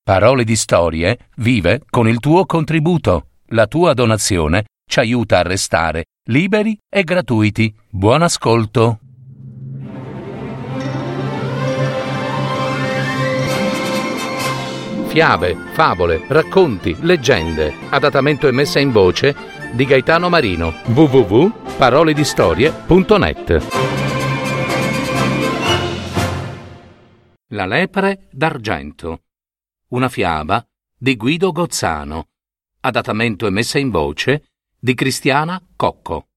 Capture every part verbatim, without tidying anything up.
Parole di Storie vive con il tuo contributo. La tua donazione ci aiuta a restare liberi e gratuiti. Buon ascolto. Fiabe, favole, racconti, leggende. Adattamento e messa in voce di Gaetano Marino. w w w punto parole di storie punto net. La lepre d'argento. Una fiaba di Guido Gozzano. Adattamento e messa in voce di Cristiana Cocco.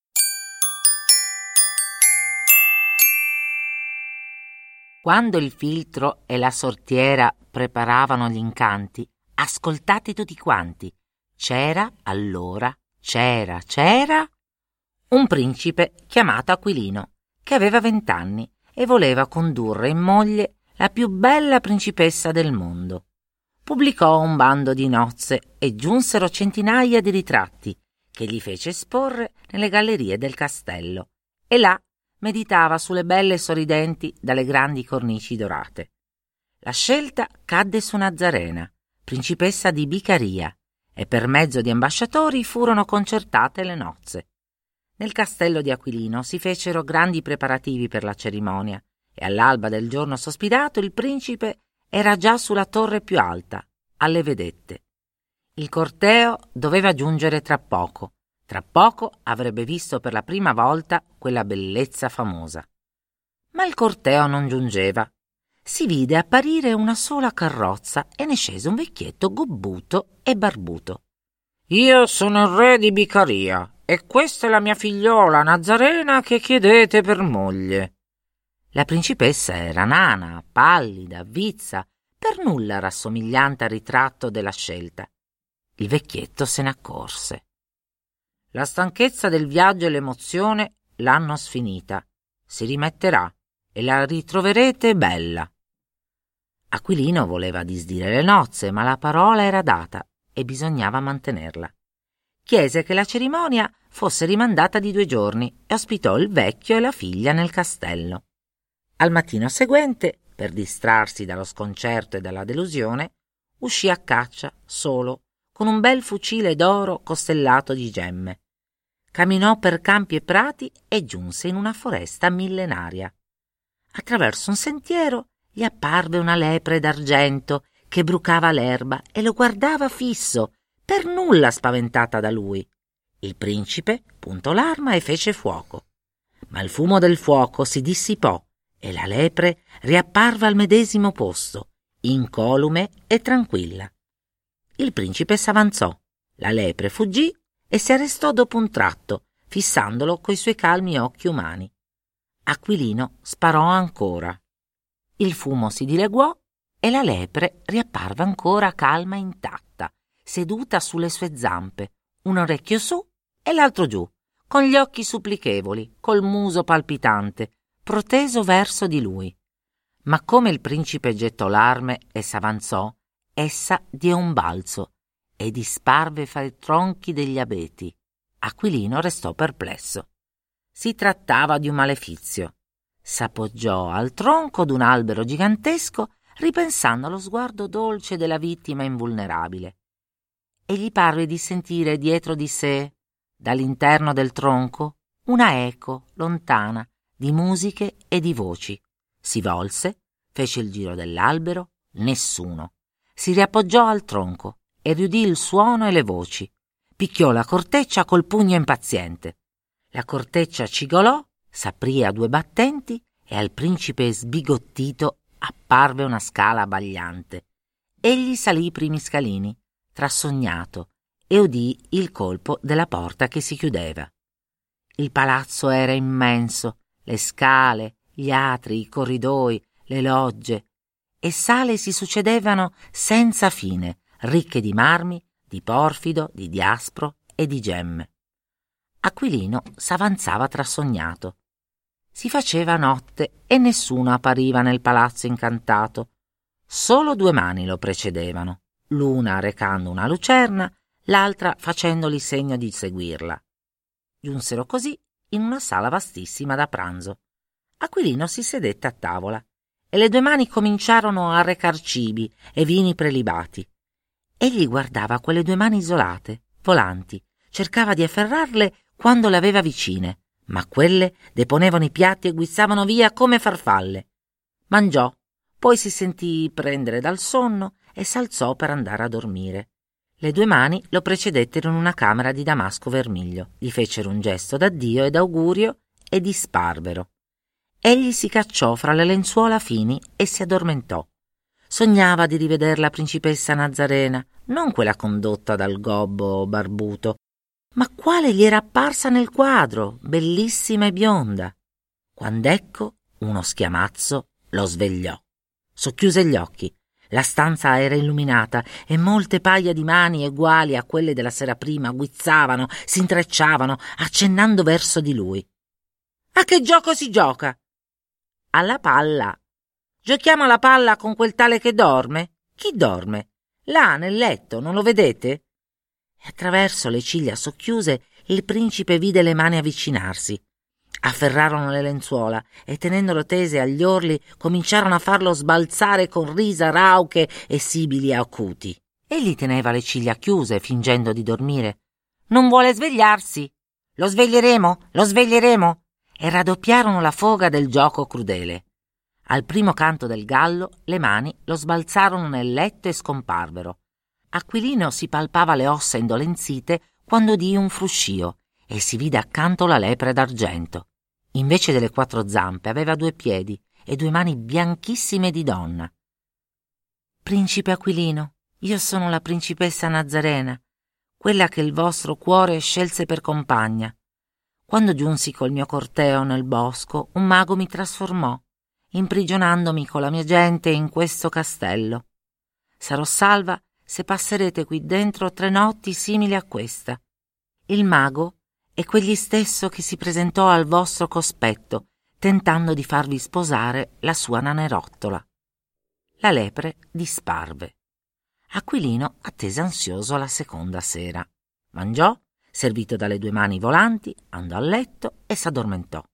Quando il filtro e la sortiera preparavano gli incanti, ascoltate tutti quanti, c'era allora, c'era, c'era un principe chiamato Aquilino, che aveva vent'anni e voleva condurre in moglie la più bella principessa del mondo. Pubblicò un bando di nozze e giunsero centinaia di ritratti che gli fece esporre nelle gallerie del castello, e là meditava sulle belle sorridenti dalle grandi cornici dorate. La scelta cadde su Nazarena, principessa di Bicaria, e per mezzo di ambasciatori furono concertate le nozze. Nel castello di Aquilino si fecero grandi preparativi per la cerimonia, e all'alba del giorno sospirato il principe era già sulla torre più alta, alle vedette. Il corteo doveva giungere tra poco. Tra poco avrebbe visto per la prima volta quella bellezza famosa. Ma il corteo non giungeva. Si vide apparire una sola carrozza e ne scese un vecchietto gobbuto e barbuto. «Io sono il re di Bicaria e questa è la mia figliola Nazarena che chiedete per moglie». La principessa era nana, pallida, vizza, per nulla rassomigliante al ritratto della scelta. Il vecchietto se ne accorse. «La stanchezza del viaggio e l'emozione l'hanno sfinita. Si rimetterà e la ritroverete bella». Aquilino voleva disdire le nozze, ma la parola era data e bisognava mantenerla. Chiese che la cerimonia fosse rimandata di due giorni e ospitò il vecchio e la figlia nel castello. Al mattino seguente, per distrarsi dallo sconcerto e dalla delusione, uscì a caccia solo, con un bel fucile d'oro costellato di gemme. Camminò per campi e prati e giunse in una foresta millenaria. Attraverso un sentiero gli apparve una lepre d'argento che brucava l'erba e lo guardava fisso, per nulla spaventata da lui. Il principe puntò l'arma e fece fuoco. Ma il fumo del fuoco si dissipò e la lepre riapparve al medesimo posto, incolume e tranquilla. Il principe s'avanzò, la lepre fuggì e si arrestò dopo un tratto, fissandolo coi suoi calmi occhi umani. Aquilino sparò ancora. Il fumo si dileguò e la lepre riapparve ancora calma e intatta, seduta sulle sue zampe, un orecchio su e l'altro giù, con gli occhi supplichevoli, col muso palpitante, proteso verso di lui. Ma come il principe gettò l'arme e s'avanzò, essa diè un balzo e disparve fra i tronchi degli abeti. Aquilino restò perplesso. Si trattava di un malefizio. S'appoggiò al tronco d'un albero gigantesco, ripensando allo sguardo dolce della vittima invulnerabile. E gli parve di sentire dietro di sé, dall'interno del tronco, una eco lontana di musiche e di voci. Si volse, fece il giro dell'albero, nessuno. Si riappoggiò al tronco e riudì il suono e le voci. Picchiò la corteccia col pugno impaziente. La corteccia cigolò, s'aprì a due battenti e al principe sbigottito apparve una scala abbagliante. Egli salì i primi scalini, trasognato, e udì il colpo della porta che si chiudeva. Il palazzo era immenso, le scale, gli atri, i corridoi, le logge, e sale si succedevano senza fine, ricche di marmi, di porfido, di diaspro e di gemme. Aquilino s'avanzava trasognato. Si faceva notte e nessuno appariva nel palazzo incantato. Solo due mani lo precedevano, l'una recando una lucerna, l'altra facendogli segno di seguirla. Giunsero così in una sala vastissima da pranzo. Aquilino si sedette a tavola e le due mani cominciarono a recar cibi e vini prelibati. Egli guardava quelle due mani isolate, volanti, cercava di afferrarle quando le aveva vicine, ma quelle deponevano i piatti e guizzavano via come farfalle. Mangiò, poi si sentì prendere dal sonno e s'alzò per andare a dormire. Le due mani lo precedettero in una camera di damasco vermiglio, gli fecero un gesto d'addio e d'augurio e disparvero. Egli si cacciò fra le lenzuola fini e si addormentò. Sognava di rivedere la principessa Nazarena, non quella condotta dal gobbo barbuto, ma quale gli era apparsa nel quadro, bellissima e bionda. Quand'ecco uno schiamazzo lo svegliò. Socchiuse gli occhi. La stanza era illuminata e molte paia di mani uguali a quelle della sera prima guizzavano, si intrecciavano, accennando verso di lui. A che gioco si gioca? Alla palla. Giochiamo alla palla con quel tale che dorme? Chi dorme? Là, nel letto, non lo vedete? E attraverso le ciglia socchiuse il principe vide le mani avvicinarsi. Afferrarono le lenzuola e, tenendolo tese agli orli, cominciarono a farlo sbalzare con risa rauche e sibili acuti. Egli teneva le ciglia chiuse, fingendo di dormire. Non vuole svegliarsi. Lo sveglieremo, lo sveglieremo. E raddoppiarono la foga del gioco crudele. Al primo canto del gallo, le mani lo sbalzarono nel letto e scomparvero. Aquilino si palpava le ossa indolenzite quando udì un fruscio e si vide accanto la lepre d'argento. Invece delle quattro zampe aveva due piedi e due mani bianchissime di donna. Principe Aquilino, io sono la principessa Nazarena, quella che il vostro cuore scelse per compagna. Quando giunsi col mio corteo nel bosco, un mago mi trasformò, imprigionandomi con la mia gente in questo castello. Sarò salva se passerete qui dentro tre notti simili a questa. Il mago è quegli stesso che si presentò al vostro cospetto, tentando di farvi sposare la sua nanerottola. La lepre disparve. Aquilino attese ansioso la seconda sera. Mangiò, servito dalle due mani volanti, andò a letto e s'addormentò.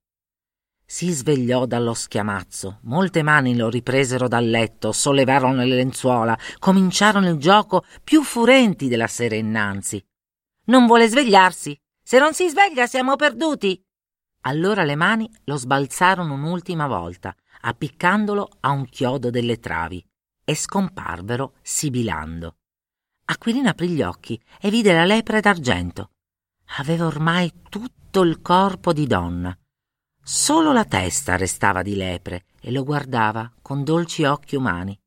Si svegliò dallo schiamazzo, molte mani lo ripresero dal letto, sollevarono le lenzuola, cominciarono il gioco più furenti della sera innanzi. Non vuole svegliarsi. Se non si sveglia siamo perduti. Allora le mani lo sbalzarono un'ultima volta, appiccandolo a un chiodo delle travi, e scomparvero sibilando. Aquilino aprì gli occhi e vide la lepre d'argento. Aveva ormai tutto il corpo di donna. Solo la testa restava di lepre e lo guardava con dolci occhi umani.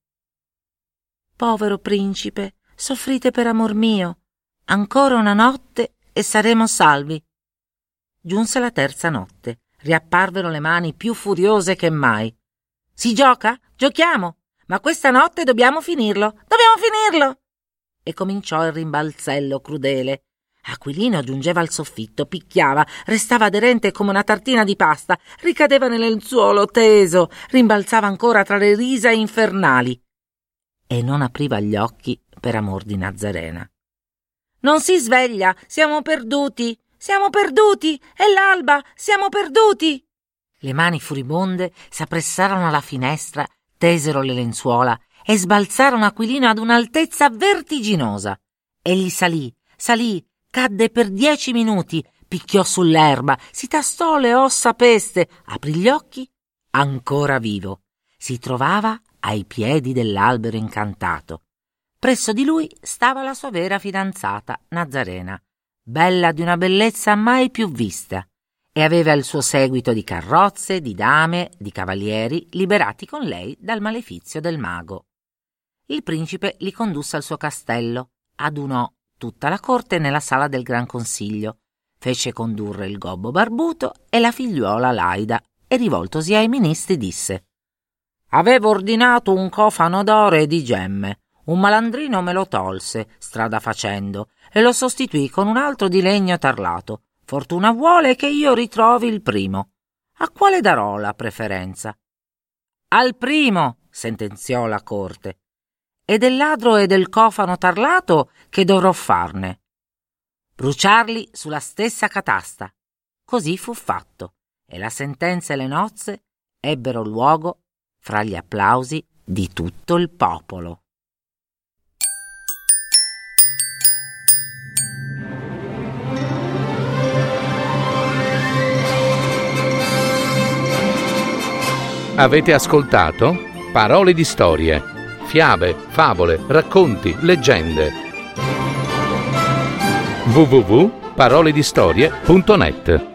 Povero principe, soffrite per amor mio. Ancora una notte e saremo salvi. Giunse la terza notte. Riapparvero le mani più furiose che mai. Si gioca? Giochiamo! Ma questa notte dobbiamo finirlo! Dobbiamo finirlo! E cominciò il rimbalzello crudele. Aquilino giungeva al soffitto, picchiava, restava aderente come una tartina di pasta, ricadeva nel lenzuolo teso, rimbalzava ancora tra le risa infernali. E non apriva gli occhi per amor di Nazarena. Non si sveglia, siamo perduti, siamo perduti, è l'alba, siamo perduti. Le mani furibonde s'appressarono alla finestra, tesero le lenzuola e sbalzarono Aquilino ad un'altezza vertiginosa. Egli salì, salì, cadde per dieci minuti, picchiò sull'erba, si tastò le ossa peste, aprì gli occhi, ancora vivo. Si trovava ai piedi dell'albero incantato. Presso di lui stava la sua vera fidanzata, Nazarena, bella di una bellezza mai più vista, e aveva il suo seguito di carrozze, di dame, di cavalieri, liberati con lei dal malefizio del mago. Il principe li condusse al suo castello, adunò tutta la corte nella sala del Gran Consiglio, fece condurre il gobbo barbuto e la figliuola Laida e, rivoltosi ai ministri, disse: «Avevo ordinato un cofano d'oro e di gemme. Un malandrino me lo tolse, strada facendo, e lo sostituì con un altro di legno tarlato. Fortuna vuole che io ritrovi il primo. A quale darò la preferenza?» «Al primo», sentenziò la corte. «E del ladro e del cofano tarlato che dovrò farne?» «Bruciarli sulla stessa catasta». Così fu fatto, e la sentenza e le nozze ebbero luogo fra gli applausi di tutto il popolo. Avete ascoltato Parole di storie, fiabe, favole, racconti, leggende. w w w punto paroledistorie punto net